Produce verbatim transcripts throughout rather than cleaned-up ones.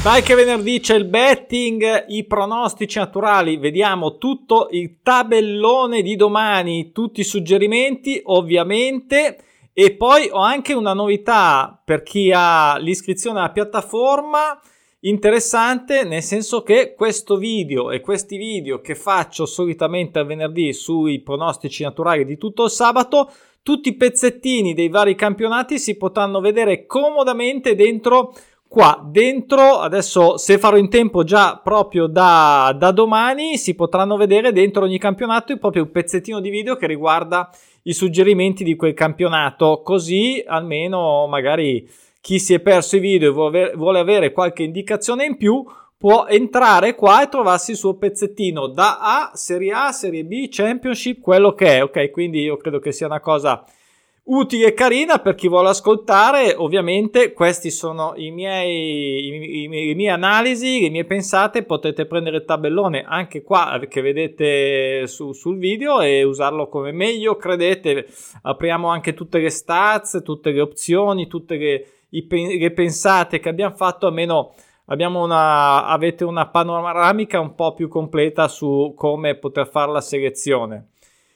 Dai che venerdì c'è il betting, i pronostici naturali, vediamo tutto il tabellone di domani, tutti i suggerimenti ovviamente, e poi ho anche una novità per chi ha l'iscrizione alla piattaforma interessante, nel senso che questo video e questi video che faccio solitamente al venerdì sui pronostici naturali di tutto il sabato, tutti i pezzettini dei vari campionati si potranno vedere comodamente dentro qua dentro. Adesso, se farò in tempo, già proprio da, da domani si potranno vedere dentro ogni campionato proprio un pezzettino di video che riguarda i suggerimenti di quel campionato, così almeno magari chi si è perso i video e vuole, vuole avere qualche indicazione in più può entrare qua e trovarsi il suo pezzettino da A, Serie A, Serie B, Championship, quello che è, ok? Quindi io credo che sia una cosa utile e carina per chi vuole ascoltare. Ovviamente questi sono i miei, i, i, i miei analisi, le mie pensate. Potete prendere il tabellone anche qua che vedete su, sul video e usarlo come meglio credete. Apriamo anche tutte le stats, tutte le opzioni, tutte le, i, le pensate che abbiamo fatto, almeno abbiamo una, avete una panoramica un po' più completa su come poter fare la selezione.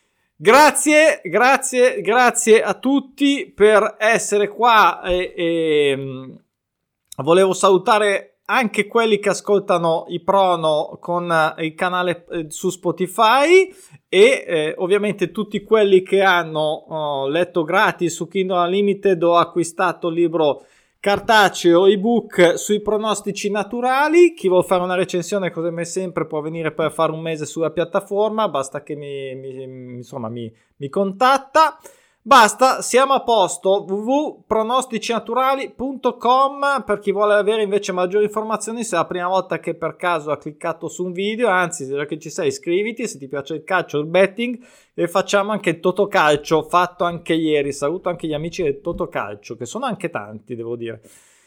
Grazie, grazie, grazie a tutti per essere qua e, e volevo salutare anche quelli che ascoltano i prono con il canale su Spotify e eh, ovviamente tutti quelli che hanno oh, letto gratis su Kindle Unlimited o acquistato il libro cartaceo ebook sui pronostici naturali. Chi vuole fare una recensione come sempre può venire per fare un mese sulla piattaforma, basta che mi, mi, insomma, mi, mi contatta. Basta, siamo a posto. w w w punto pronostici naturali punto com per chi vuole avere invece maggiori informazioni. Se è la prima volta che per caso ha cliccato su un video, anzi se già che ci sei iscriviti, se ti piace il calcio, il betting, e facciamo anche il Totocalcio fatto anche ieri. Saluto anche gli amici del Totocalcio che sono anche tanti, devo dire.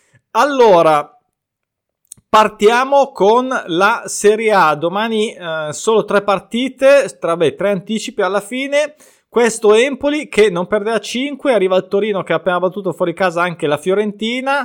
Allora partiamo con la Serie A. Domani eh, solo tre partite, tra, beh, tre anticipi alla fine. Questo Empoli che non perde a cinque, arriva il Torino che ha appena battuto fuori casa anche la Fiorentina,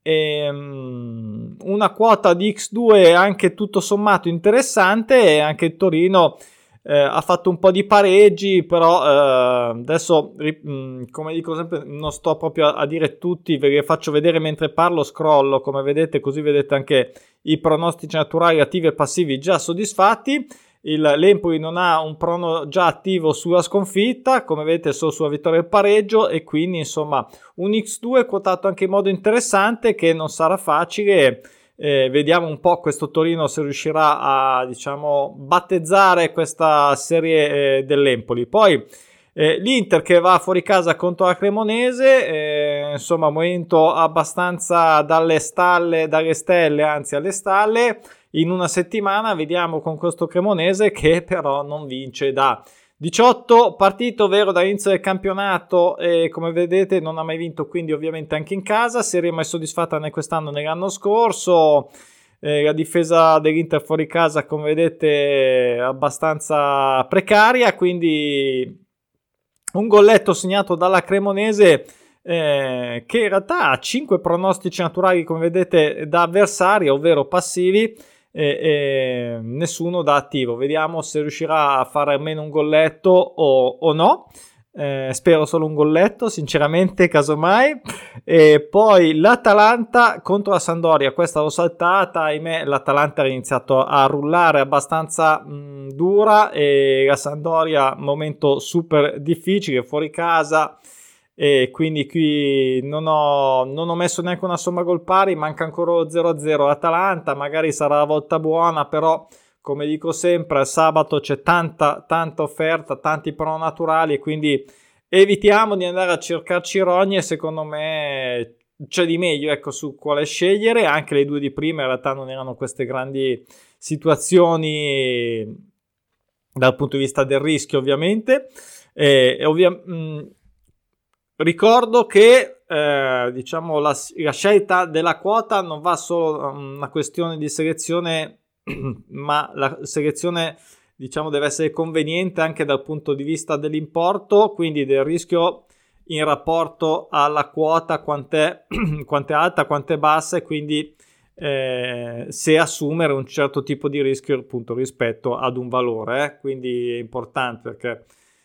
e, um, una quota di X due anche tutto sommato interessante, e anche il Torino eh, ha fatto un po' di pareggi, però eh, adesso mh, come dico sempre non sto proprio a, a dire tutti, ve li faccio vedere mentre parlo, scrollo come vedete, così vedete anche i pronostici naturali attivi e passivi già soddisfatti. Il, l'Empoli non ha un prono già attivo sulla sconfitta, come vedete solo sulla vittoria e il pareggio, e quindi insomma un X due quotato anche in modo interessante che non sarà facile. Eh, vediamo un po' questo Torino se riuscirà a, diciamo, battezzare questa serie eh, dell'Empoli. Poi eh, l'Inter che va fuori casa contro la Cremonese, eh, insomma momento abbastanza dalle stalle, dalle stelle anzi alle stalle in una settimana. Vediamo con questo Cremonese che però non vince da diciotto partite, ovvero dall'inizio del campionato, e come vedete non ha mai vinto, quindi ovviamente anche in casa. Serie mai soddisfatta né quest'anno né l'anno scorso. Eh, la difesa dell'Inter fuori casa come vedete è abbastanza precaria, quindi un golletto segnato dalla Cremonese eh, che in realtà ha cinque pronostici naturali come vedete da avversari, ovvero passivi, e, e nessuno da attivo. Vediamo se riuscirà a fare almeno un golletto o, o no. Eh, spero solo un golletto sinceramente, casomai. E poi l'Atalanta contro la Sampdoria, questa l'ho saltata, ahimè l'Atalanta ha iniziato a rullare abbastanza mh, dura, e la Sampdoria momento super difficile fuori casa, e quindi qui non ho, non ho messo neanche una somma gol pari, manca ancora lo zero a zero. Atalanta magari sarà la volta buona, però come dico sempre, sabato c'è tanta tanta offerta, tanti prono naturali, e quindi evitiamo di andare a cercarci rogne. Secondo me c'è di meglio, ecco, su quale scegliere. Anche le due di prima in realtà non erano queste grandi situazioni dal punto di vista del rischio, ovviamente. E, ovvia, mh, ricordo che eh, diciamo la, la scelta della quota non va solo a una questione di selezione, ma la selezione diciamo deve essere conveniente anche dal punto di vista dell'importo, quindi del rischio in rapporto alla quota, quant'è, quant'è alta, quant'è bassa, e quindi eh, se assumere un certo tipo di rischio appunto rispetto ad un valore, eh? Quindi è importante perché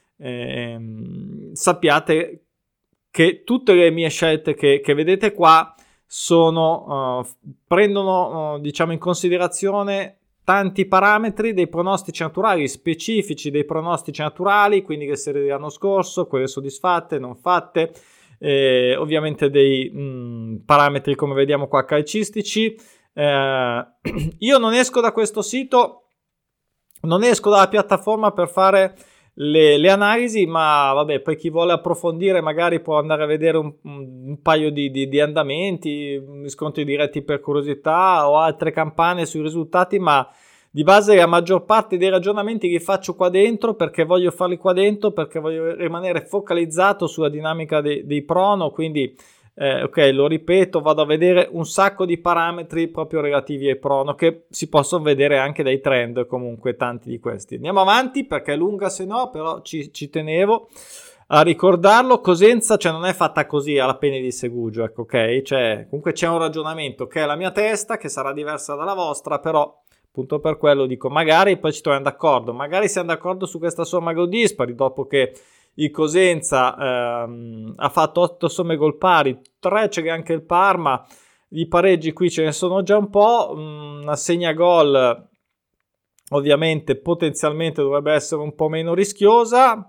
ehm, sappiate che tutte le mie scelte che, che vedete qua sono, uh, prendono uh, diciamo in considerazione tanti parametri dei pronostici naturali specifici dei pronostici naturali, quindi le serie dell'anno scorso, quelle soddisfatte, non fatte, eh, ovviamente dei mh, parametri come vediamo qua calcistici. Eh, io non esco da questo sito, non esco dalla piattaforma per fare le, le analisi, ma vabbè, poi chi vuole approfondire magari può andare a vedere un, un paio di, di, di andamenti, scontri diretti per curiosità o altre campane sui risultati, ma di base la maggior parte dei ragionamenti li faccio qua dentro perché voglio farli qua dentro, perché voglio rimanere focalizzato sulla dinamica dei, dei prono, quindi eh, ok, lo ripeto, vado a vedere un sacco di parametri proprio relativi ai prono che si possono vedere anche dai trend, comunque tanti di questi. Andiamo avanti perché è lunga, se no, però ci, ci tenevo a ricordarlo. Cosenza, cioè, non è fatta così alla pena di Segugio, ecco, ok? Cioè, comunque c'è un ragionamento che è la mia testa, che sarà diversa dalla vostra, però appunto per quello dico, magari poi ci troviamo d'accordo, magari siamo d'accordo su questa somma gol dispari, dopo che il Cosenza ehm, ha fatto otto somme gol pari, tre c'è anche il Parma, i pareggi qui ce ne sono già un po', una segna gol ovviamente potenzialmente dovrebbe essere un po' meno rischiosa,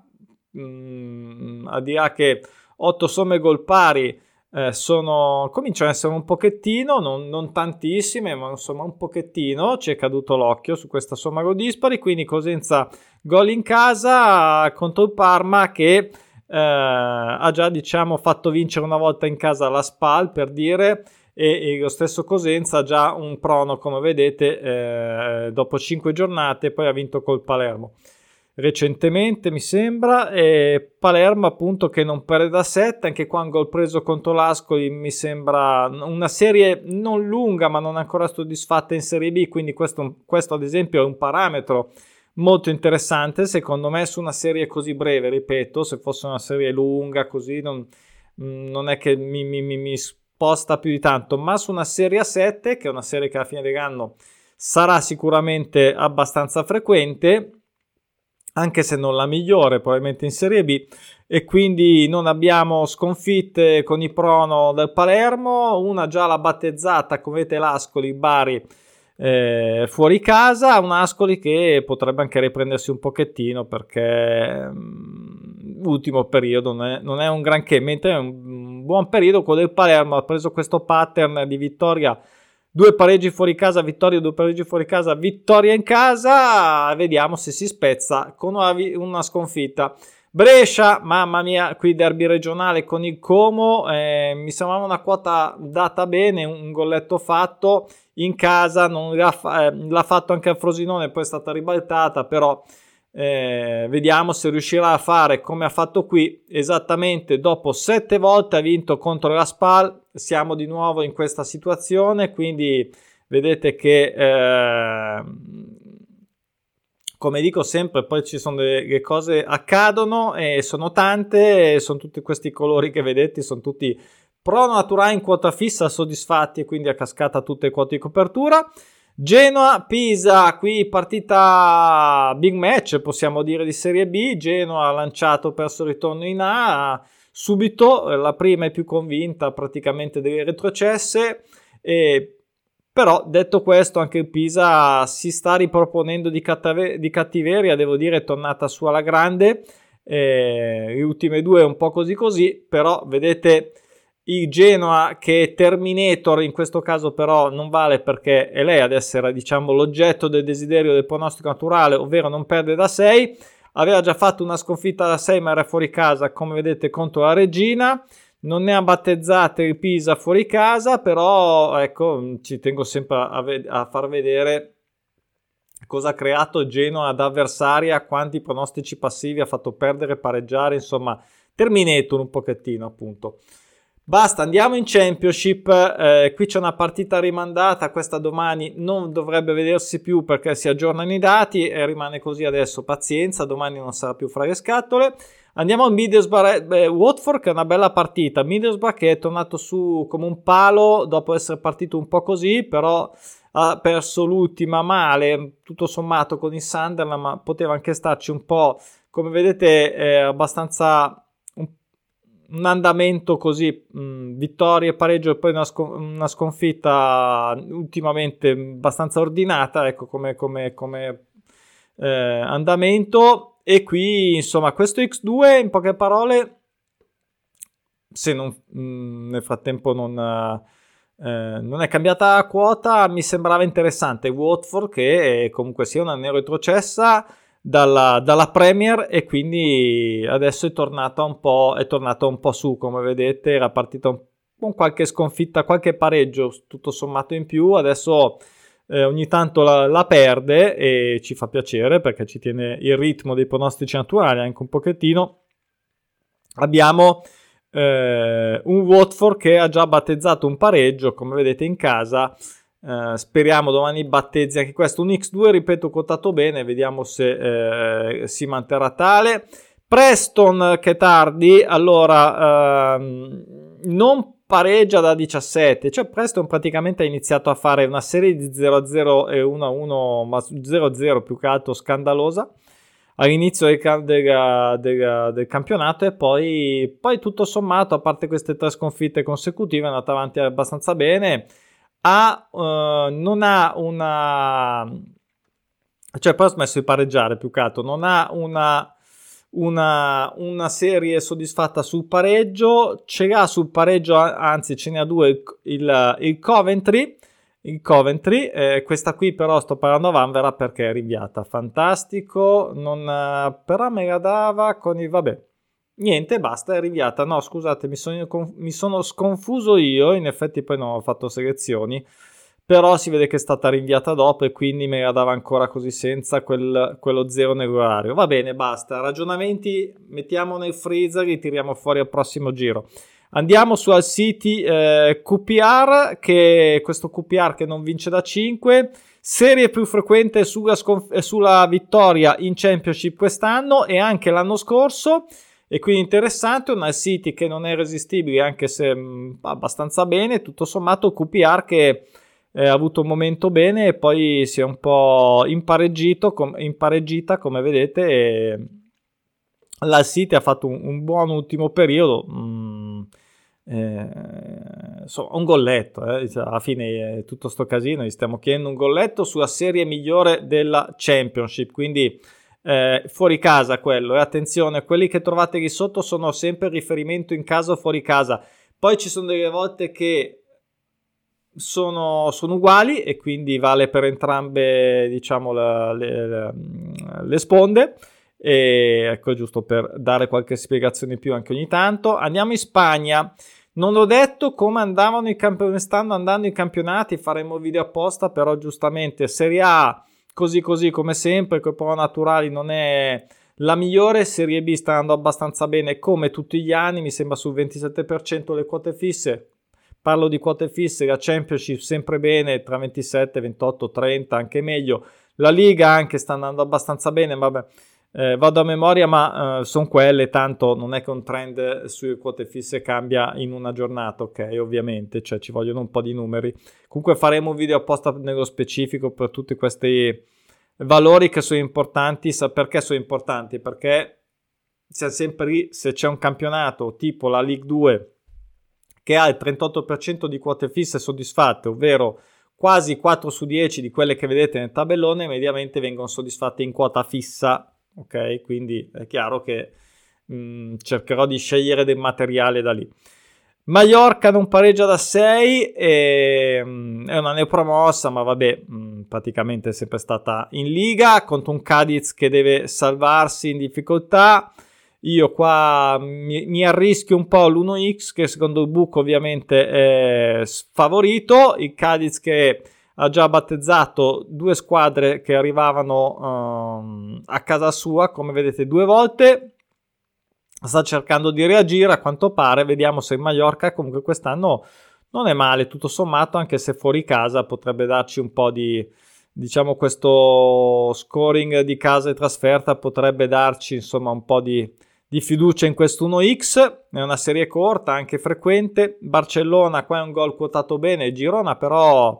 mm, a dire che otto somme gol pari eh, sono, cominciano ad essere un pochettino, non, non tantissime, ma insomma un pochettino, ci è caduto l'occhio su questa somma gol dispari, quindi Cosenza gol in casa contro il Parma che eh, ha già diciamo fatto vincere una volta in casa la Spal, per dire, e, e lo stesso Cosenza ha già un prono, come vedete, eh, dopo cinque giornate, poi ha vinto col Palermo recentemente, mi sembra, e Palermo appunto che non perde da sette, anche qua un gol preso contro l'Ascoli, mi sembra una serie non lunga ma non ancora soddisfatta in Serie B, quindi questo, questo ad esempio è un parametro molto interessante secondo me su una serie così breve. Ripeto, se fosse una serie lunga così non, non è che mi, mi, mi, mi sposta più di tanto, ma su una serie a sette, che è una serie che alla fine dell'anno sarà sicuramente abbastanza frequente, anche se non la migliore probabilmente in Serie B, e quindi non abbiamo sconfitte con i prono del Palermo, una già la battezzata, come vedete, l'Ascoli Bari eh, fuori casa, un Ascoli che potrebbe anche riprendersi un pochettino perché um, l'ultimo periodo non è, non è un granché, mentre è un buon periodo quello del Palermo, ha preso questo pattern di vittoria, due pareggi fuori casa, vittoria, due pareggi fuori casa, vittoria in casa, vediamo se si spezza con una, una sconfitta. Brescia, mamma mia, qui derby regionale con il Como, eh, mi sembrava una quota data bene, un golletto fatto in casa, non l'ha, eh, l'ha fatto anche al Frosinone, poi è stata ribaltata, però eh, vediamo se riuscirà a fare come ha fatto qui, esattamente dopo sette volte ha vinto contro la Spal, siamo di nuovo in questa situazione, quindi vedete che eh, come dico sempre, poi ci sono delle cose accadono e sono tante, e sono tutti questi colori che vedete, sono tutti prono naturale in quota fissa soddisfatti e quindi a cascata tutte le quote di copertura. Genoa, Pisa, qui partita big match possiamo dire di Serie B, Genoa ha lanciato perso il ritorno in A, subito la prima è più convinta praticamente delle retrocesse, e però detto questo anche il Pisa si sta riproponendo di, cattave- di cattiveria, devo dire è tornata su alla grande, eh, le ultime due un po' così così, però vedete il Genoa che è Terminator in questo caso, però non vale perché è lei ad essere diciamo l'oggetto del desiderio del pronostico naturale, ovvero non perde da sei, aveva già fatto una sconfitta da sei ma era fuori casa come vedete contro la Regina, non ne ha battezzate il Pisa fuori casa, però ecco ci tengo sempre a, ved- a far vedere cosa ha creato il Genoa ad avversaria, quanti pronostici passivi ha fatto perdere, pareggiare, insomma Terminator un pochettino appunto. Basta, andiamo in Championship, eh, qui c'è una partita rimandata, questa domani non dovrebbe vedersi più perché si aggiornano i dati e rimane così adesso, pazienza, domani non sarà più fra le scatole. Andiamo a Middlesbrough, beh, Watford, che è una bella partita, Middlesbrough che è tornato su come un palo dopo essere partito un po' così, però ha perso l'ultima male, tutto sommato con il Sunderland, ma poteva anche starci un po', come vedete è abbastanza un andamento così, mh, vittorie, pareggio e poi una, scon- una sconfitta ultimamente abbastanza ordinata, ecco, come, come, come eh, andamento. E qui insomma questo X due, in poche parole, se non, mh, nel frattempo non, eh, non è cambiata la quota, mi sembrava interessante Watford, che comunque sia una neoretrocessa Dalla, dalla Premier, e quindi adesso è tornata un po', è tornata un po' su, come vedete era partita un, con qualche sconfitta, qualche pareggio tutto sommato in più, adesso eh, ogni tanto la, la perde e ci fa piacere perché ci tiene il ritmo dei pronostici naturali anche un pochettino. Abbiamo eh, un Watford che ha già battezzato un pareggio, come vedete in casa. Uh, speriamo domani battezzi anche questo, un X due, ripeto, quotato bene, vediamo se eh, si manterrà tale. Preston che tardi, allora uh, non pareggia da diciassette, cioè Preston praticamente ha iniziato a fare una serie di zero a zero e uno a uno, ma zero a zero più che altro scandalosa all'inizio del, del, del, del campionato, e poi, poi tutto sommato, a parte queste tre sconfitte consecutive, è andata avanti abbastanza bene. Ha, uh, non ha una, cioè poi ha smesso di pareggiare più che altro, non ha una, una, una serie soddisfatta sul pareggio, ce l'ha sul pareggio, anzi ce ne ha due, il, il Coventry, il Coventry eh, questa qui però sto parlando a vanvera perché è rinviata, fantastico, non, però me la dava con il, vabbè, niente, basta, è rinviata. No, scusate, mi sono, mi sono sconfuso io. In effetti, poi non ho fatto selezioni. Però si vede che è stata rinviata dopo e quindi me la dava ancora così senza quel, quello zero nell'orario. Va bene, basta. Ragionamenti, mettiamo nel freezer, li tiriamo fuori al prossimo giro. Andiamo su Al City eh, Q P R, che questo Q P R che non vince da cinque. Serie più frequente sulla, sconf- sulla vittoria in Championship quest'anno e anche l'anno scorso. E quindi interessante, un Al City che non è resistibile anche se mh, abbastanza bene, tutto sommato Q P R che eh, ha avuto un momento bene e poi si è un po' impareggito, com- impareggita come vedete, e l'Al City ha fatto un, un buon ultimo periodo, mm, eh, insomma un golletto, eh, alla fine eh, tutto sto casino, gli stiamo chiedendo un golletto sulla serie migliore della Championship, quindi Eh, fuori casa quello, e eh, attenzione, quelli che trovate lì sotto sono sempre riferimento in casa o fuori casa, poi ci sono delle volte che sono, sono uguali e quindi vale per entrambe, diciamo, la, le, le, le sponde, e ecco, giusto per dare qualche spiegazione in più anche ogni tanto. Andiamo in Spagna. Non ho detto come andavano i campionati, stanno andando i campionati, faremo video apposta, però giustamente Serie A così così come sempre, con i prova naturali non è la migliore, Serie B sta andando abbastanza bene come tutti gli anni, mi sembra sul ventisette per cento le quote fisse, parlo di quote fisse, la Championship sempre bene, tra ventisette, ventotto, trenta, anche meglio, la Liga anche sta andando abbastanza bene, vabbè, eh, vado a memoria, ma eh, sono quelle, tanto non è che un trend sulle quote fisse cambia in una giornata, ok, ovviamente, cioè ci vogliono un po' di numeri. Comunque faremo un video apposta nello specifico per tutti questi valori che sono importanti. Perché sono importanti? Perché siamo sempre lì, se c'è un campionato tipo la League due che ha il trentotto per cento di quote fisse soddisfatte, ovvero quasi quattro su dieci di quelle che vedete nel tabellone mediamente vengono soddisfatte in quota fissa, ok? Quindi è chiaro che mh, cercherò di scegliere del materiale da lì. Mallorca non pareggia da sei, e, mh, è una neopromossa, ma vabbè, mh, praticamente è sempre stata in Liga, contro un Cadiz che deve salvarsi in difficoltà. Io qua mi, mi arrischio un po' l'uno X, che secondo il book ovviamente è sfavorito. Il Cadiz che ha già battezzato due squadre che arrivavano um, a casa sua, come vedete, due volte. sta cercando di reagire a quanto pare. Vediamo se il Mallorca comunque quest'anno non è male tutto sommato, anche se fuori casa potrebbe darci un po' di, diciamo, questo scoring di casa e trasferta potrebbe darci insomma un po' di, di fiducia in questo uno x. È una serie corta, anche frequente. Barcellona qua è un gol quotato bene, Girona però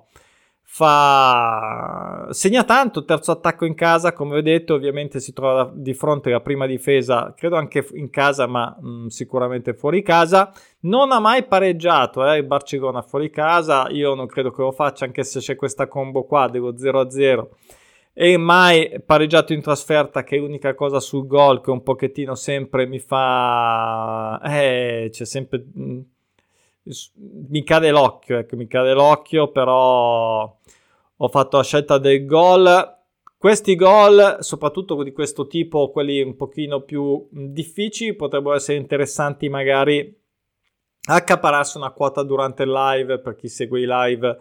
fa segna tanto. Terzo attacco in casa, come vedete, ovviamente si trova di fronte alla prima difesa, credo anche in casa, ma mh, sicuramente fuori casa. Non ha mai pareggiato eh, il Barcellona fuori casa, io non credo che lo faccia, anche se c'è questa combo qua dello zero a zero, e mai pareggiato in trasferta, che è l'unica cosa sul gol che un pochettino sempre mi fa eh, c'è sempre mh, mi cade l'occhio, ecco, mi cade l'occhio, però ho fatto la scelta del gol. Questi gol, soprattutto di questo tipo, quelli un pochino più difficili, potrebbero essere interessanti magari accapararsi una quota durante il live, per chi segue i live,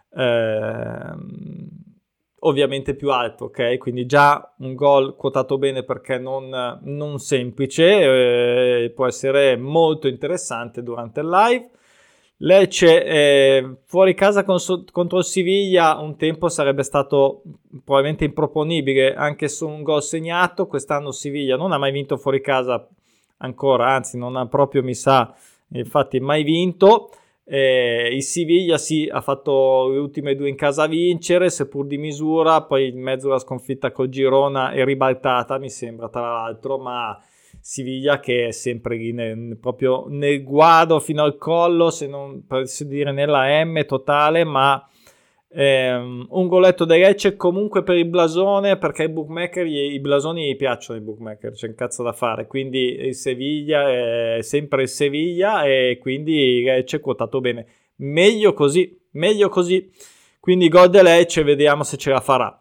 eh, ovviamente più alto, ok? Quindi già un gol quotato bene perché non, non semplice, eh, può essere molto interessante durante il live. Lecce eh, fuori casa con, contro il Siviglia un tempo sarebbe stato probabilmente improponibile anche su un gol segnato. Quest'anno Siviglia non ha mai vinto fuori casa ancora, anzi non ha proprio, mi sa, infatti mai vinto. Eh, il Siviglia sì, ha fatto le ultime due in casa a vincere, seppur di misura, poi in mezzo alla sconfitta col Girona è ribaltata, mi sembra, tra l'altro, ma Siviglia che è sempre lì nel, proprio nel guado fino al collo, se non per dire nella M totale, ma ehm, un goletto da Lecce comunque per il blasone, perché i bookmaker, i blasoni gli piacciono, i bookmaker, c'è un cazzo da fare, quindi il Sevilla è sempre il Sevilla e quindi Lecce è quotato bene, meglio così, meglio così, quindi gol da Lecce, vediamo se ce la farà.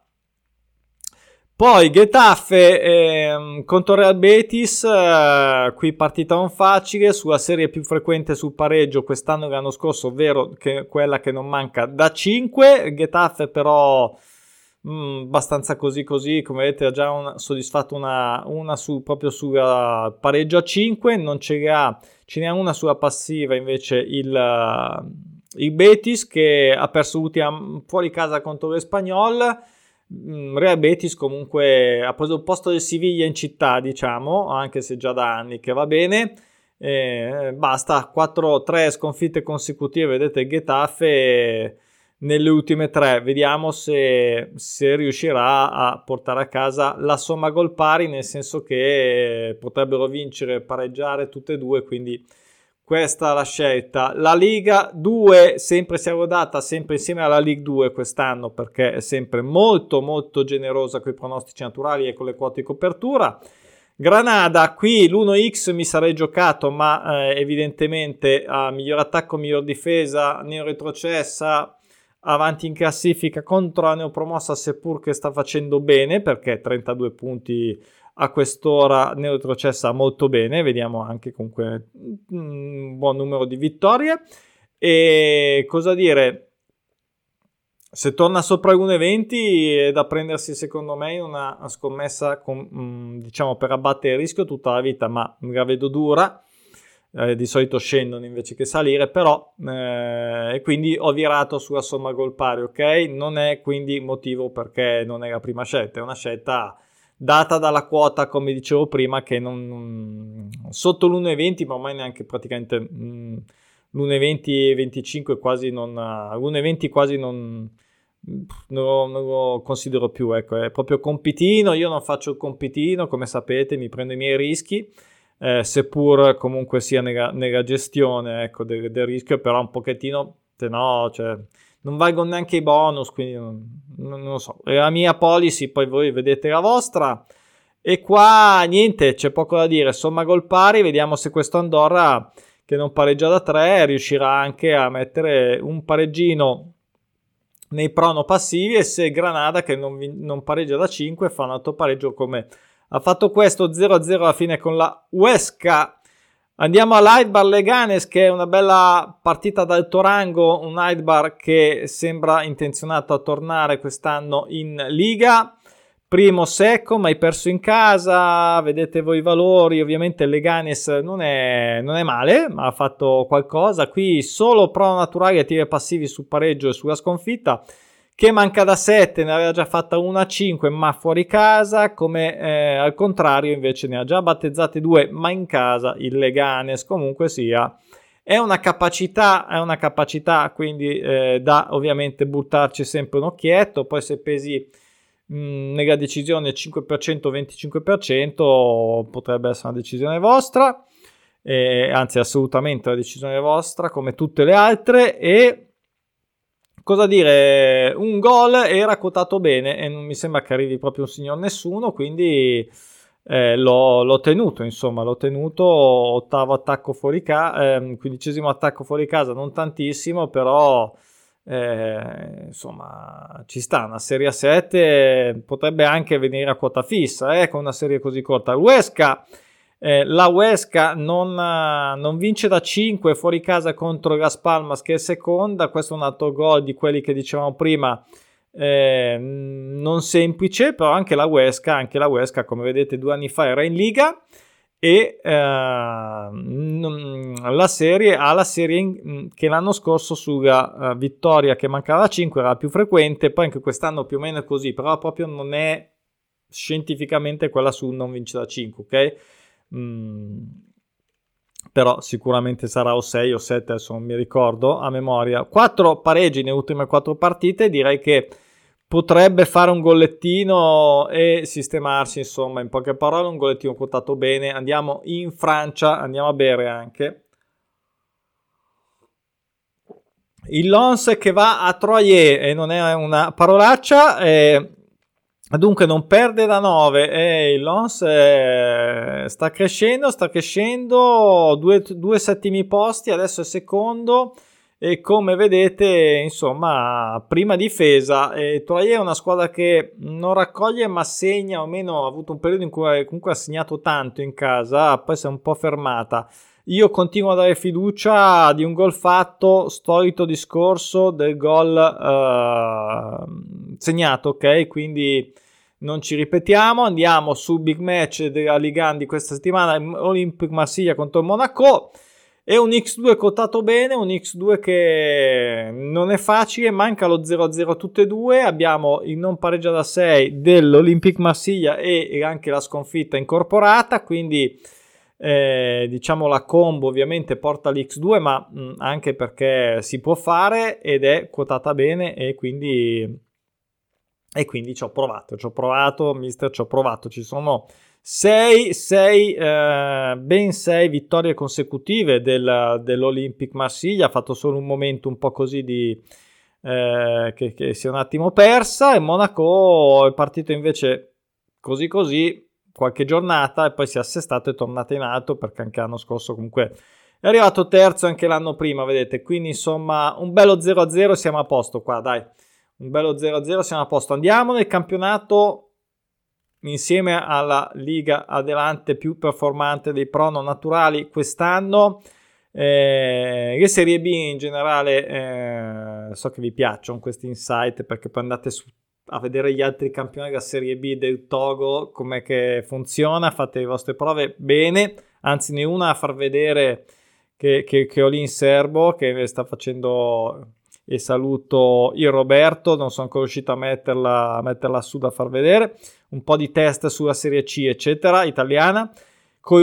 Poi Getafe eh, contro Real Betis, eh, qui partita non facile, sulla serie più frequente sul pareggio quest'anno e l'anno scorso, ovvero che quella che non manca da cinque. Getafe però mh, abbastanza così così, come vedete ha già una, soddisfatto una, una su, proprio sul pareggio a cinque, non ce ne ha, ce n'è una sulla passiva invece il, il Betis, che ha perso l'ultima fuori casa contro l'Espanyol. Real Betis comunque ha preso il posto del Siviglia in città, diciamo, anche se già da anni che va bene. Eh, basta, quattro tre sconfitte consecutive, vedete il Getafe nelle ultime tre, vediamo se, se riuscirà a portare a casa la somma gol pari, nel senso che potrebbero vincere, pareggiare tutte e due, quindi questa è la scelta. La Liga due sempre si è rodata, sempre insieme alla Liga due quest'anno, perché è sempre molto molto generosa con i pronostici naturali e con le quote di copertura. Granada, qui l'uno x mi sarei giocato, ma eh, evidentemente ha miglior attacco, miglior difesa, neoretrocessa, avanti in classifica contro la neopromossa, seppur che sta facendo bene, perché trentadue punti a quest'ora, neoretrocessa molto bene, vediamo anche comunque un buon numero di vittorie. E cosa dire, se torna sopra l'uno virgola venti è da prendersi secondo me in una scommessa con, diciamo, per abbattere il rischio tutta la vita, ma la vedo dura. Eh, di solito scendono invece che salire, però eh, e quindi ho virato sulla somma gol pari, ok? Non è quindi motivo perché non è la prima scelta, è una scelta data dalla quota, come dicevo prima, che non sotto l'uno virgola venti, ma ormai neanche praticamente mh, l'uno virgola venti venticinque quasi non, l'uno virgola venti quasi non, non, non lo considero più, ecco, è proprio compitino. Io non faccio il compitino, come sapete, mi prendo i miei rischi, eh, seppur comunque sia nella, nella gestione, ecco, del, del rischio, però un pochettino, se no, cioè non valgono neanche i bonus, quindi non, non, non lo so, è la mia policy, poi voi vedete la vostra. E qua niente, c'è poco da dire, somma gol pari, vediamo se questo Andorra, che non pareggia da tre, riuscirà anche a mettere un pareggino nei prono passivi, e se Granada, che non, non pareggia da cinque, fa un altro pareggio come ha fatto questo zero a zero alla fine con la Huesca. Andiamo all'Aidbar Leganes, che è una bella partita d'alto rango, un Aidbar che sembra intenzionato a tornare quest'anno in Liga, primo secco, ma hai perso in casa, vedete voi i valori, ovviamente il Leganés non è, non è male, ma ha fatto qualcosa, qui solo prova naturali, attivi e passivi sul pareggio e sulla sconfitta, che manca da sette, ne aveva già fatta una a cinque, ma fuori casa, come eh, al contrario invece ne ha già battezzate due, ma in casa il Leganés, comunque sia. È una capacità, è una capacità, quindi eh, da ovviamente buttarci sempre un occhietto, poi se pesi nella decisione cinque per cento venticinque per cento potrebbe essere una decisione vostra, eh, anzi assolutamente una decisione vostra come tutte le altre. E cosa dire, un gol era quotato bene e non mi sembra che arrivi proprio un signor nessuno, quindi eh, l'ho, l'ho tenuto, insomma l'ho tenuto. Ottavo attacco fuori casa, eh, quindicesimo attacco fuori casa, non tantissimo, però Eh, insomma ci sta, una serie a sette potrebbe anche venire a quota fissa eh, con una serie così corta. Huesca, eh, la Huesca non, non vince da cinque fuori casa contro Las Palmas che è seconda, questo è un altro gol di quelli che dicevamo prima, eh, non semplice, però anche la Huesca, anche la Huesca come vedete due anni fa era in Liga e eh, la serie ha la serie in, che l'anno scorso sulla uh, vittoria che mancava cinque era la più frequente, poi anche quest'anno più o meno è così, però proprio non è scientificamente quella su non vince da cinque, ok? Mm, però sicuramente sarà o sei o sette, adesso non mi ricordo a memoria. Quattro pareggi nelle ultime quattro partite, direi che potrebbe fare un gollettino e sistemarsi, insomma, in poche parole un gollettino quotato bene. Andiamo in Francia, andiamo a bere anche. Il Lens che va a Troyes, e non è una parolaccia, eh, dunque non perde da nove, e il Lens eh, sta crescendo, sta crescendo, due, due settimi posti, adesso è secondo. E come vedete, insomma, prima difesa. E Troyes è una squadra che non raccoglie ma segna, o almeno ha avuto un periodo in cui comunque ha segnato tanto in casa, poi si è un po' fermata. Io continuo a dare fiducia di un gol fatto, solito discorso del gol eh, segnato, ok? Quindi non ci ripetiamo, andiamo sul big match della Ligue uno di questa settimana, Olympique Marsiglia contro il Monaco. È un X due quotato bene, un X due che non è facile, manca lo zero a zero tutte e due, abbiamo il non pareggia da sei dell'Olympique Marsiglia e anche la sconfitta incorporata, quindi eh, diciamo la combo ovviamente porta l'X due, ma mh, anche perché si può fare ed è quotata bene e quindi, e quindi ci ho provato, ci ho provato, mister, ci ho provato, ci sono sei, sei, eh, ben sei vittorie consecutive del, dell'Olympique Marsiglia, ha fatto solo un momento un po' così di eh, che, che si è un attimo persa, e Monaco è partito invece così così qualche giornata e poi si è assestato e è tornato in alto, perché anche l'anno scorso comunque è arrivato terzo, anche l'anno prima, vedete, quindi insomma un bello zero a zero, siamo a posto qua, dai, un bello zero a zero, siamo a posto. Andiamo nel campionato insieme alla Liga Adelante più performante dei prono naturali quest'anno, eh, le Serie B in generale, eh, so che vi piacciono questi insight perché poi andate su, a vedere gli altri campioni della Serie B del Togo, com'è che funziona, fate le vostre prove bene, anzi ne una a far vedere che, che, che ho lì in serbo che sta facendo, e saluto il Roberto, non sono ancora riuscito a metterla, a metterla su da far vedere, un po' di test sulla Serie C eccetera, italiana, con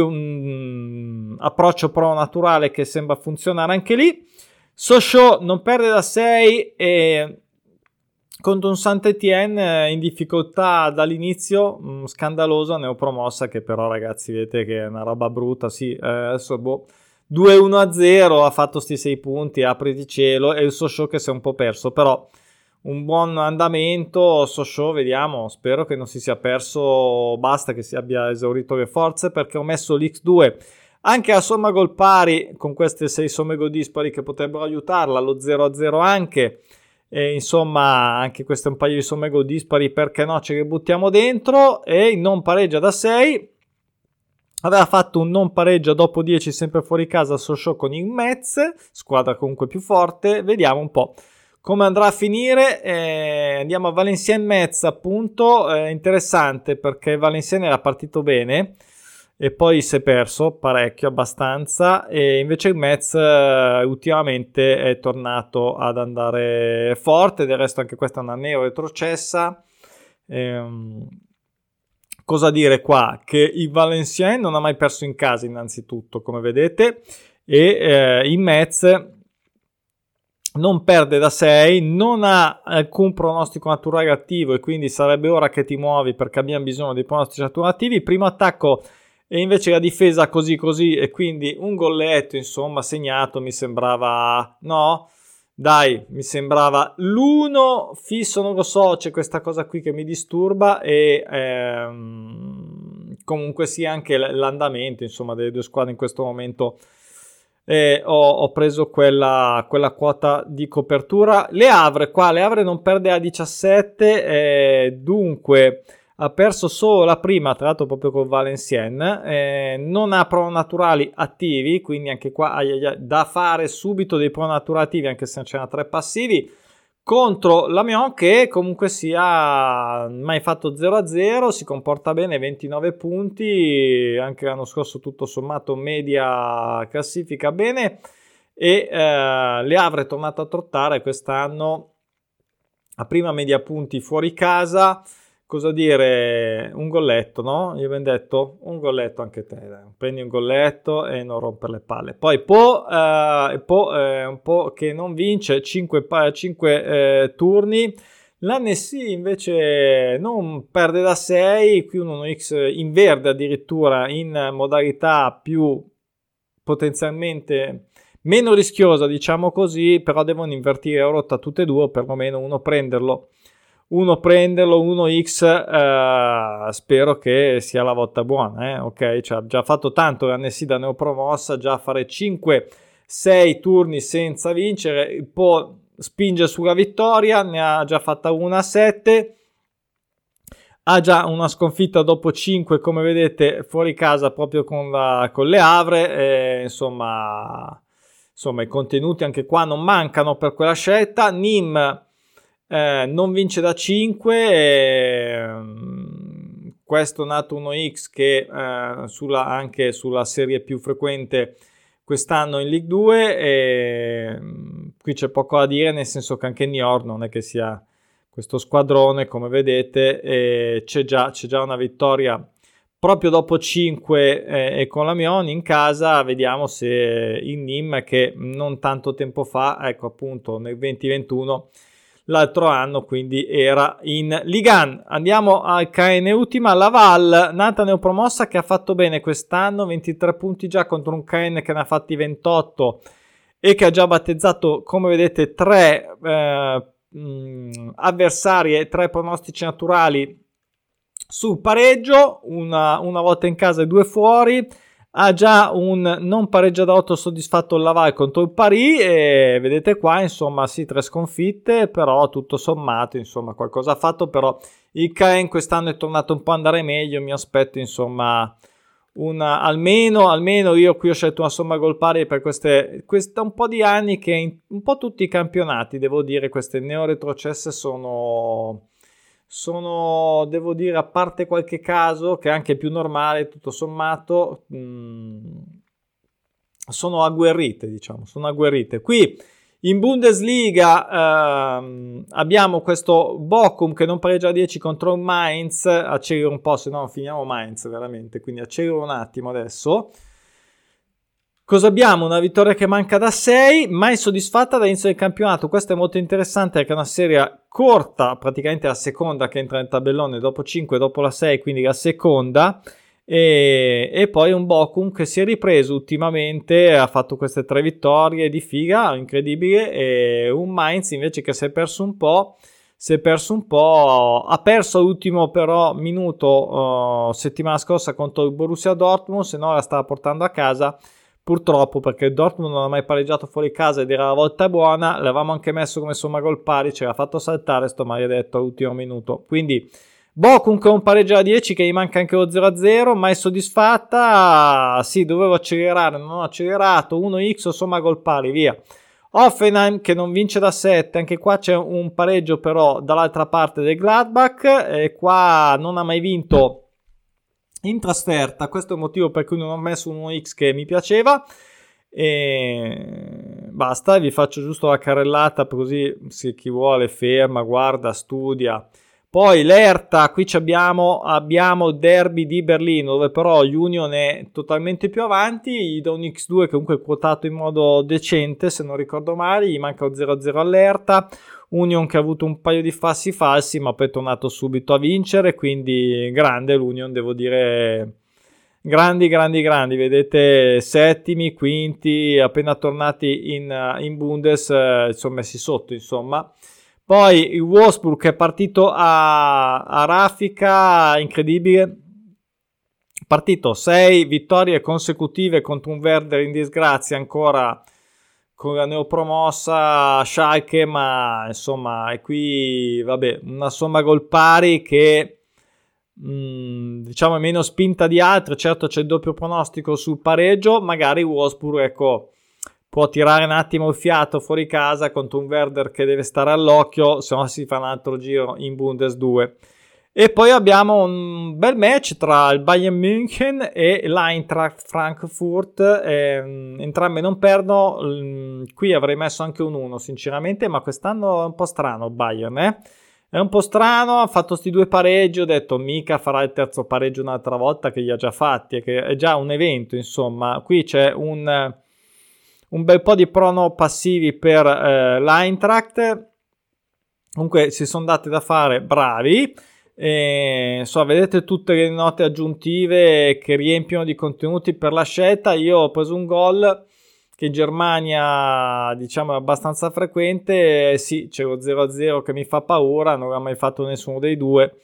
un approccio pro naturale che sembra funzionare anche lì. Sochaux non perde da sei e contro un Saint-Étienne in difficoltà dall'inizio, mh, scandalosa, neopromossa, che però ragazzi vedete che è una roba brutta, sì, eh, adesso boh, due uno a zero ha fatto sti sei punti, apriti cielo, e il Sochaux che si è un po' perso, però un buon andamento. Sochaux, vediamo, spero che non si sia perso, basta che si abbia esaurito le forze, perché ho messo l'X due anche a somma gol pari con queste sei somme gol dispari che potrebbero aiutarla, lo zero a zero anche, e insomma anche questo è un paio di somme gol dispari, perché no, ce le buttiamo dentro. E il non pareggia da sei, aveva fatto un non pareggio dopo dieci sempre fuori casa Sochaux con il Metz, squadra comunque più forte, vediamo un po' come andrà a finire. Eh, andiamo a Valenciennes-Metz, appunto, eh, interessante perché Valenciennes era partito bene e poi si è perso parecchio, abbastanza, e invece il Metz eh, ultimamente è tornato ad andare forte. Del resto anche questa è una neo retrocessa. Ehm, cosa dire qua? Che il Valenciennes non ha mai perso in casa innanzitutto, come vedete, e eh, il Metz non perde da sei, non ha alcun pronostico naturale attivo e quindi sarebbe ora che ti muovi perché abbiamo bisogno di pronostici naturativi. Primo attacco e invece la difesa così così, e quindi un golletto insomma segnato mi sembrava, no? Dai, mi sembrava l'uno fisso, non lo so, c'è questa cosa qui che mi disturba, e ehm, comunque sia anche l'andamento insomma delle due squadre in questo momento. Eh, ho, ho preso quella, quella quota di copertura. Le Havre qua, Le Havre non perde a diciassette, eh, dunque ha perso solo la prima, tra l'altro proprio col Valenciennes, eh, non ha pronaturali attivi, quindi anche qua ai, ai, ai, da fare subito dei pronaturativi anche se ce n'ha tre passivi contro l'Amiens, che comunque sia mai fatto zero a zero, si comporta bene, ventinove punti, anche l'anno scorso tutto sommato media classifica bene, e eh, Le Havre è tornato a trottare quest'anno a prima media punti fuori casa. Cosa dire, un golletto, no? Gli abbiamo detto un golletto anche te, dai. Prendi un golletto e non rompere le palle. Poi Po, eh, po eh, un po' che non vince, cinque eh, turni. L'Annecy invece non perde da sei, qui un uno x in verde addirittura, in modalità più potenzialmente meno rischiosa, diciamo così, però devono invertire la rotta tutte e due, o perlomeno uno prenderlo. Uno prenderlo, uno x, eh, spero che sia la volta buona, eh? Ok, cioè, ha già fatto tanto l'Annecy da neopromossa, già fare cinque sei turni senza vincere, può spingere sulla vittoria, ne ha già fatta una a sette, ha già una sconfitta dopo cinque, come vedete, fuori casa proprio con, la, con Le Havre, e, insomma, insomma i contenuti anche qua non mancano per quella scelta. Nîmes Eh, non vince da cinque, eh, questo nato uno x che eh, sulla, anche sulla serie più frequente quest'anno in Ligue due, e qui c'è poco da dire, nel senso che anche Niort non è che sia questo squadrone, come vedete, e c'è già, c'è già una vittoria proprio dopo cinque eh, e con l'Amiens in casa. Vediamo se il Nîmes, che non tanto tempo fa, ecco appunto nel venti ventuno, l'altro anno quindi era in Ligue uno. Andiamo al K N ultima, Laval, nata neopromossa, che ha fatto bene quest'anno, ventitré punti già contro un K N che ne ha fatti ventotto e che ha già battezzato, come vedete, tre eh, mh, avversari e tre pronostici naturali sul pareggio, una, una volta in casa e due fuori. Ha già un non pareggia da otto soddisfatto il Laval contro il Paris, e vedete qua insomma sì, tre sconfitte, però tutto sommato insomma qualcosa ha fatto. Però il K N quest'anno è tornato un po' a andare meglio, mi aspetto insomma una, almeno, almeno io qui ho scelto una somma gol pari per queste, questa un po' di anni che in un po' tutti i campionati, devo dire, queste neo retrocesse sono... sono, devo dire, a parte qualche caso che è anche più normale tutto sommato, mh, sono agguerrite, diciamo, sono agguerrite. Qui in Bundesliga ehm, abbiamo questo Bochum che non pareggia a dieci contro il Mainz. Accelero un po', se no finiamo Mainz veramente, quindi accelero un attimo adesso. Cosa abbiamo? Una vittoria che manca da sei, mai soddisfatta dall'inizio del campionato. Questo è molto interessante perché è una serie corta, praticamente la seconda che entra nel tabellone dopo cinque, dopo la sei, quindi la seconda. E, e poi un Bochum che si è ripreso ultimamente, ha fatto queste tre vittorie di figa, incredibile, e un Mainz invece che si è perso un po'. Si è perso un po', ha perso all'ultimo però minuto uh, settimana scorsa contro il Borussia Dortmund, se no la stava portando a casa. Purtroppo, perché il Dortmund non ha mai pareggiato fuori casa ed era la volta buona, l'avevamo anche messo come somma gol pari, ce l'ha fatto saltare sto maledetto all'ultimo minuto. Quindi Bochum con un pareggio a dieci che gli manca anche lo zero a zero, mai soddisfatta, sì, dovevo accelerare, non ho accelerato, uno x somma gol pari, via. Hoffenheim che non vince da sette, anche qua c'è un pareggio però dall'altra parte del Gladbach, e qua non ha mai vinto in trasferta, questo è il motivo per cui non ho messo un uno x che mi piaceva. E basta, vi faccio giusto la carrellata così se chi vuole ferma, guarda, studia. Poi l'Hertha, qui abbiamo, abbiamo il derby di Berlino, dove però Union è totalmente più avanti, gli do un ics due che comunque è quotato in modo decente, se non ricordo male, gli manca un zero a zero all'Hertha, Union che ha avuto un paio di fassi falsi, ma poi è tornato subito a vincere, quindi grande l'Union, devo dire, grandi, grandi, grandi, vedete, settimi, quinti, appena tornati in, in Bundes, eh, sono messi sotto, insomma. Poi il Wolfsburg che è partito a, a raffica, incredibile, partito sei vittorie consecutive contro un Werder in disgrazia ancora con la neopromossa Schalke, ma insomma è qui, vabbè, una somma gol pari che mh, diciamo è meno spinta di altre. Certo c'è il doppio pronostico sul pareggio, magari Wolfsburg, ecco, può tirare un attimo il fiato fuori casa contro un Werder che deve stare all'occhio, se no si fa un altro giro in Bundes due. E poi abbiamo un bel match tra il Bayern München e l'Eintracht Frankfurt, eh, entrambe non perdono, qui avrei messo anche un uno sinceramente, ma quest'anno è un po' strano il Bayern, eh? È un po' strano, ha fatto sti due pareggi, ho detto mica farà il terzo pareggio un'altra volta che li ha già fatti, che è già un evento, insomma. Qui c'è un... un bel po' di prono passivi per eh, l'Eintracht, comunque si sono dati da fare bravi, e, so, vedete tutte le note aggiuntive che riempiono di contenuti per la scelta. Io ho preso un gol che in Germania diciamo è abbastanza frequente, eh, sì c'è lo zero a zero che mi fa paura, non l'ha mai fatto nessuno dei due,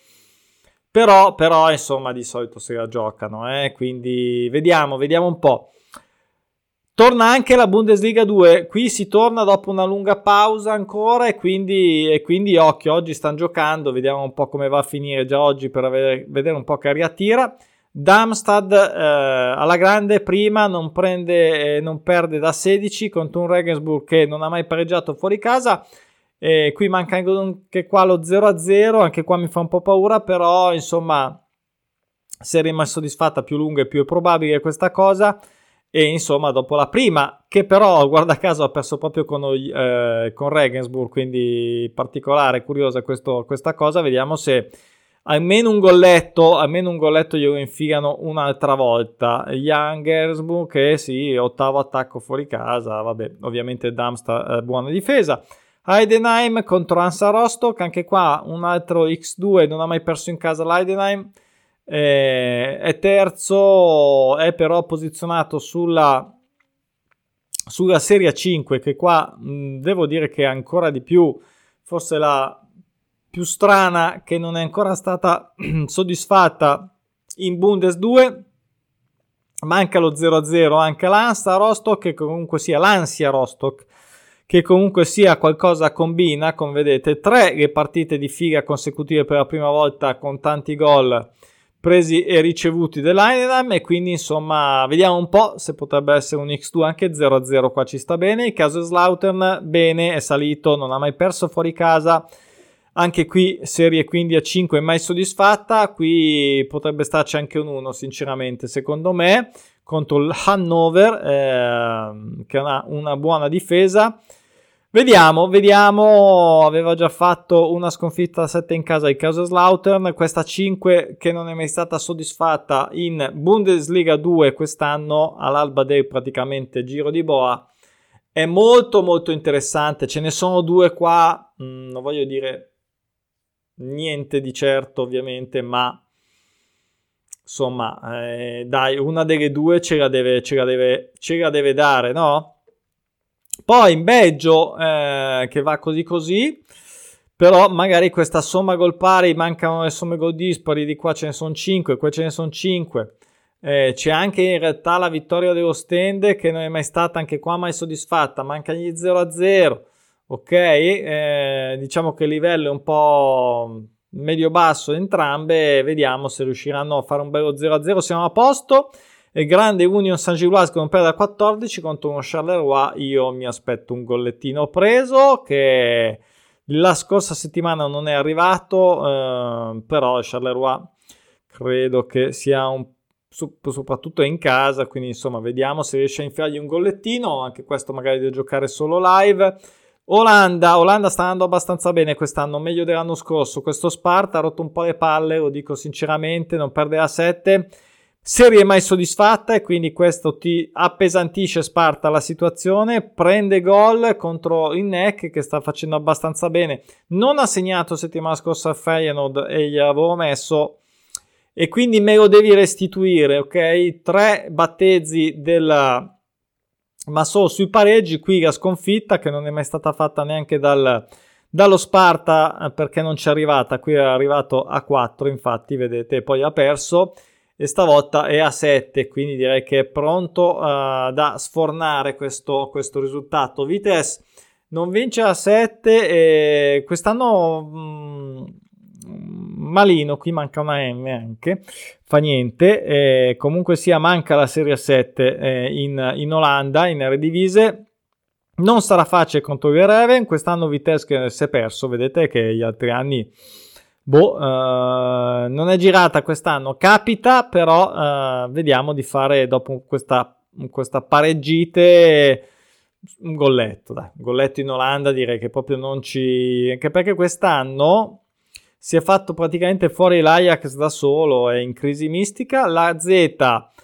però, però insomma di solito se la giocano, eh? Quindi vediamo, vediamo un po'. Torna anche la Bundesliga due, qui si torna dopo una lunga pausa ancora e quindi, e quindi occhio, oggi stanno giocando, vediamo un po' come va a finire già oggi per avere, vedere un po' che aria tira. Darmstadt eh, alla grande prima, non, prende, eh, non perde da sedici contro un Regensburg che non ha mai pareggiato fuori casa, e qui manca anche qua lo zero a zero, anche qua mi fa un po' paura, però insomma serie mai soddisfatta, più lunga e più è probabile questa cosa. E insomma dopo la prima, che però guarda caso ha perso proprio con, eh, con Regensburg, quindi particolare, curiosa questo, questa cosa, vediamo se almeno un golletto almeno un golletto glielo infilano un'altra volta. Young Regensburg che sì, ottavo attacco fuori casa, vabbè, ovviamente Darmstadt eh, buona difesa. Heidenheim contro Hansa Rostock, anche qua un altro ics due, non ha mai perso in casa l'Heidenheim. Eh, è terzo, è però posizionato sulla sulla Serie cinque, che qua mh, devo dire che è ancora di più, forse la più strana, che non è ancora stata soddisfatta in Bundes due. Manca lo zero a zero anche l'Hansa Rostock, che comunque sia l'Ansia Rostock, che comunque sia qualcosa combina, come vedete, tre le partite di figa consecutive per la prima volta con tanti gol presi e ricevuti dell'Heidenheim, e quindi insomma vediamo un po' se potrebbe essere un ics due anche zero a zero, qua ci sta bene. Il Kaiserslautern bene, è salito, non ha mai perso fuori casa, anche qui serie quindi a cinque mai soddisfatta, qui potrebbe starci anche un uno sinceramente secondo me contro il Hannover, eh, che ha una, una buona difesa. Vediamo, vediamo, aveva già fatto una sconfitta a sette in casa di Kaiserslautern, questa cinque che non è mai stata soddisfatta in Bundesliga due quest'anno, all'alba del praticamente giro di boa. È molto molto interessante, ce ne sono due qua, mh, non voglio dire niente di certo ovviamente, ma insomma eh, dai, una delle due ce la deve, ce la deve, ce la deve dare, no? Poi in Belgio eh, che va così così, però magari questa somma gol pari, mancano le somme gol dispari, di qua ce ne sono cinque, qua ce ne sono cinque, eh, c'è anche in realtà la vittoria dello Stende che non è mai stata anche qua mai soddisfatta, manca gli zero a zero, ok, eh, diciamo che il livello è un po' medio basso entrambe, vediamo se riusciranno a fare un bello zero a zero, siamo a posto. e grande Union Saint-Gilloise che non perde da quattordici contro uno Charleroi. Io mi aspetto un gollettino preso che la scorsa settimana non è arrivato, eh, però Charleroi credo che sia un soprattutto in casa, quindi insomma vediamo se riesce a infilargli un gollettino, anche questo magari deve giocare solo live. Olanda, Olanda sta andando abbastanza bene quest'anno, meglio dell'anno scorso. Questo Sparta ha rotto un po' le palle, lo dico sinceramente, non perde a sette, serie mai soddisfatta, e quindi questo ti appesantisce Sparta la situazione. Prende gol contro il N E C che sta facendo abbastanza bene, non ha segnato settimana scorsa a Feyenoord e gli avevo messo, e quindi me lo devi restituire, ok? Tre battezzi della, ma solo sui pareggi. Qui la sconfitta che non è mai stata fatta neanche dal, dallo Sparta, perché non ci è arrivata. Qui è arrivato a quattro, infatti vedete, poi ha perso e stavolta è a sette, quindi direi che è pronto uh, da sfornare questo, questo risultato. Vitesse non vince a sette e quest'anno mh, malino, qui manca una M anche, fa niente, eh, comunque sia manca la Serie sette eh, in, in Olanda, in Eredivisie. Non sarà facile contro il Reven, quest'anno Vitesse che si è perso, vedete che gli altri anni boh, eh, non è girata quest'anno, capita, però eh, vediamo di fare dopo questa, questa pareggite un golletto, dai, un golletto in Olanda direi che proprio non ci, anche perché quest'anno si è fatto praticamente fuori l'Ajax da solo, è in crisi mistica. La Z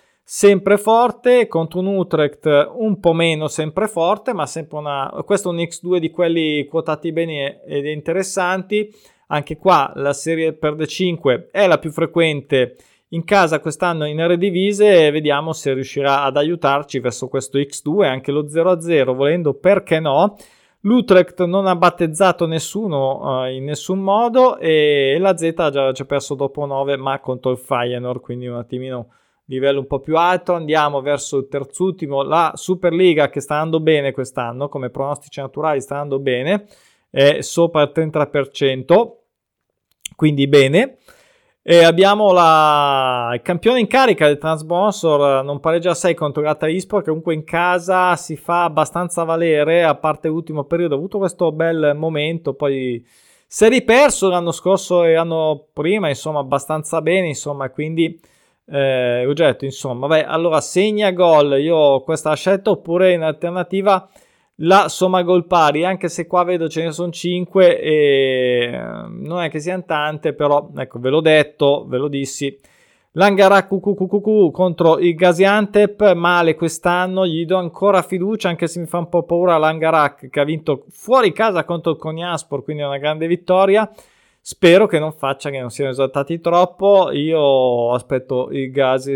sempre forte contro un Utrecht un po' meno sempre forte, ma sempre una, questo è un X due di quelli quotati bene ed interessanti. Anche qua la serie per D cinque è la più frequente in casa quest'anno in Eredivisie, e vediamo se riuscirà ad aiutarci verso questo X due, anche lo zero a zero volendo, perché no. L'Utrecht non ha battezzato nessuno uh, in nessun modo, e la Z ha già, già perso dopo nove, ma contro il Feyenoord, quindi un attimino livello un po' più alto. Andiamo verso il terzultimo, la Superliga, che sta andando bene quest'anno, come pronostici naturali sta andando bene, è sopra il trenta per cento, quindi bene. E abbiamo la... il campione in carica del Trabzonspor, non pareggia a sei contro l'Hatayspor, che comunque in casa si fa abbastanza valere, a parte l'ultimo periodo ha avuto questo bel momento, poi si è riperso l'anno scorso e l'anno prima, insomma abbastanza bene, insomma, quindi eh, oggetto, insomma, vabbè, allora segna gol, io questa la scelta, oppure in alternativa la somma gol pari, anche se qua vedo ce ne sono cinque e non è che siano tante, però ecco, ve l'ho detto, ve lo dissi. Langarak Q Q Q Q contro il Gaziantep, male quest'anno, gli do ancora fiducia, anche se mi fa un po' paura Langarak, che ha vinto fuori casa contro il Konyaspor, quindi è una grande vittoria. Spero che non faccia, che non siano esaltati troppo. Io aspetto il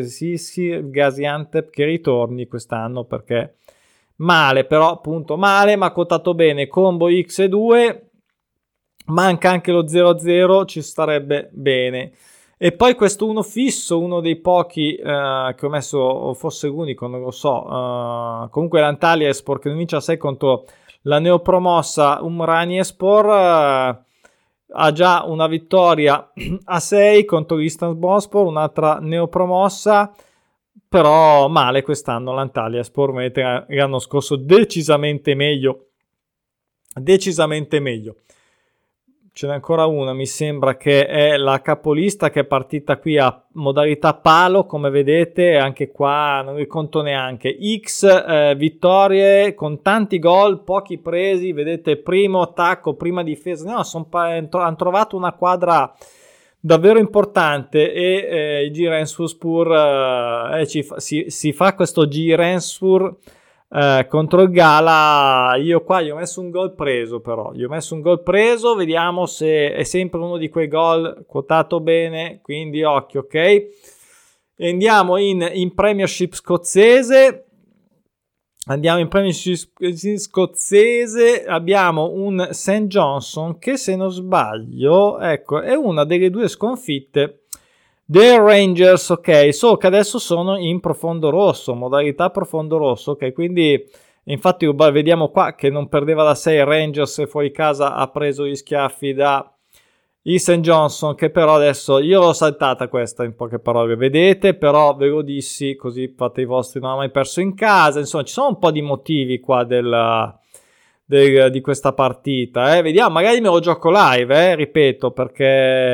Gaziantep che ritorni quest'anno, perché male, però appunto male, ma quotato bene. Combo X due, manca anche lo zero a zero, ci starebbe bene. E poi questo uno fisso, uno dei pochi uh, che ho messo, o forse l'unico, non lo so. Uh, comunque l'Antalyaspor che non vince a sei contro la neopromossa Umraniyespor, uh, ha già una vittoria a sei contro l'Istanbulspor, un'altra neopromossa. Però male quest'anno l'Antalyaspor, mentre l'anno scorso decisamente meglio, decisamente meglio. Ce n'è ancora una, mi sembra che è la capolista, che è partita qui a modalità palo, come vedete, anche qua non vi conto neanche. X eh, vittorie con tanti gol, pochi presi, vedete, primo attacco, prima difesa, no, son pa- hanno trovato una quadra davvero importante, e eh, il Giresunspor eh, ci fa, si, si fa questo Giresunspor eh, contro il Gala. Io qua gli ho messo un gol preso, però gli ho messo un gol preso, vediamo se è sempre uno di quei gol quotato bene, quindi occhio, ok. E andiamo in, in Premiership scozzese. Andiamo in Premiership scozzese, abbiamo un Saint Johnstone che, se non sbaglio, ecco, è una delle due sconfitte dei Rangers, ok, solo che adesso sono in profondo rosso, modalità profondo rosso, ok, quindi infatti vediamo qua che non perdeva da sei Rangers, e fuori casa ha preso gli schiaffi da il Saint Johnson, che però adesso io l'ho saltata questa in poche parole, vedete, però ve lo dissi così fate i vostri, non ho mai perso in casa, insomma ci sono un po' di motivi qua del, del, di questa partita, eh. Vediamo, magari me lo gioco live, eh, ripeto, perché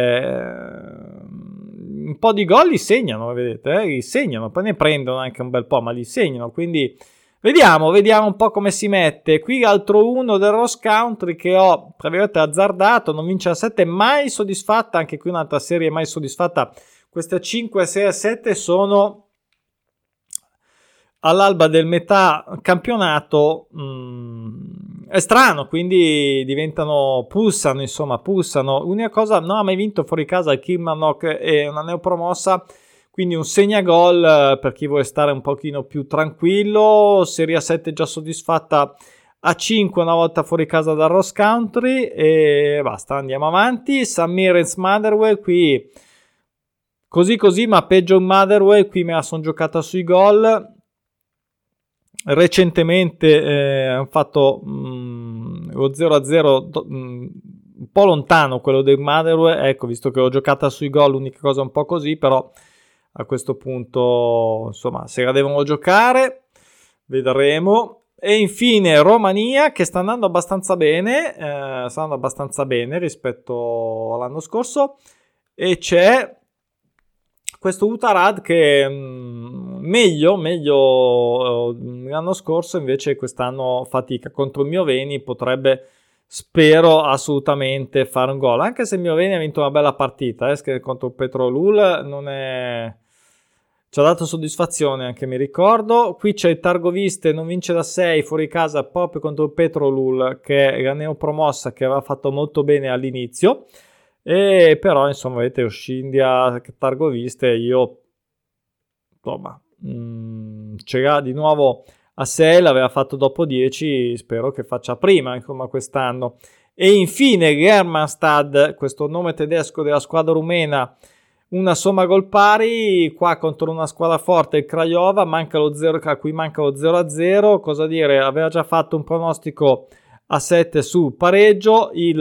un po' di gol li segnano, vedete, eh, li segnano, poi ne prendono anche un bel po', ma li segnano, quindi vediamo, vediamo un po' come si mette. Qui altro uno del Ross Country che ho, tra virgolette, azzardato, non vince a sette, mai soddisfatta, anche qui un'altra serie mai soddisfatta. Queste cinque, sei a sette sono all'alba del metà campionato, mh, è strano, quindi diventano, pulsano, insomma, pulsano. L'unica cosa, non ha mai vinto fuori casa il Kilmarnock, è una neopromossa, quindi un segnagol per chi vuole stare un pochino più tranquillo. Serie a sette già soddisfatta a cinque una volta fuori casa dal Ross Country e basta, andiamo avanti. St Mirren's Motherwell, qui così così, ma peggio in Motherwell, qui me la sono giocata sui gol. Recentemente eh, hanno fatto mh, lo zero a zero mh, un po' lontano quello del Motherwell, ecco, visto che l'ho giocata sui gol, l'unica cosa un po' così, però a questo punto, insomma, se la devono giocare, vedremo. E infine Romania, che sta andando abbastanza bene, eh, sta andando abbastanza bene rispetto all'anno scorso, e c'è questo Utarad che mh, meglio, meglio eh, l'anno scorso, invece quest'anno fatica. Contro il Mioveni potrebbe, spero assolutamente, fare un gol, anche se il Mioveni ha vinto una bella partita, eh, contro il Petrolul non è... ci ha dato soddisfazione, anche mi ricordo. Qui c'è il Targoviste, non vince da sei fuori casa proprio contro il Petrolul, che è la neopromossa, che aveva fatto molto bene all'inizio, e però insomma vedete Oscindia, Targoviste, io insomma mh, c'era di nuovo a sei, l'aveva fatto dopo dieci, spero che faccia prima insomma quest'anno. E infine Germanstad, questo nome tedesco della squadra rumena, una somma gol pari qua contro una squadra forte, il Craiova, manca lo zero, a cui manca lo zero a zero. Cosa dire, aveva già fatto un pronostico a sette su pareggio, il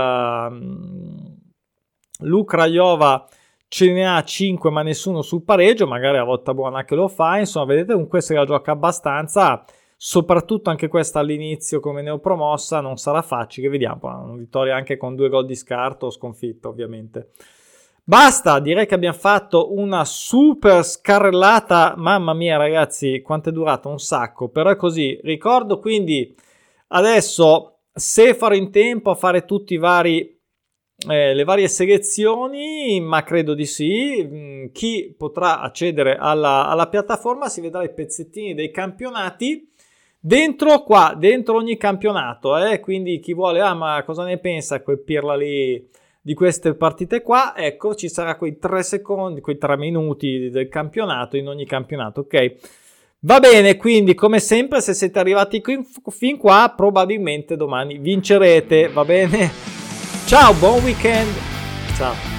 uh, Lu Craiova ce ne ha cinque ma nessuno sul pareggio, magari a volta buona che lo fa, insomma vedete comunque se la gioca abbastanza, soprattutto anche questa all'inizio come neopromossa non sarà facile, vediamo, una vittoria anche con due gol di scarto, sconfitta ovviamente. Basta, direi che abbiamo fatto una super scarrellata, mamma mia ragazzi quanto è durata, un sacco, però è così. Ricordo quindi adesso, se farò in tempo a fare tutti i vari eh, le varie selezioni, ma credo di sì, chi potrà accedere alla, alla piattaforma si vedrà i pezzettini dei campionati dentro qua, dentro ogni campionato, eh? Quindi chi vuole, ah ma cosa ne pensa quel pirla lì di queste partite qua, ecco ci sarà quei tre secondi, quei tre minuti del campionato in ogni campionato, ok? Va bene, quindi come sempre se siete arrivati qui, fin qua probabilmente domani vincerete, va bene? Ciao, buon weekend, ciao!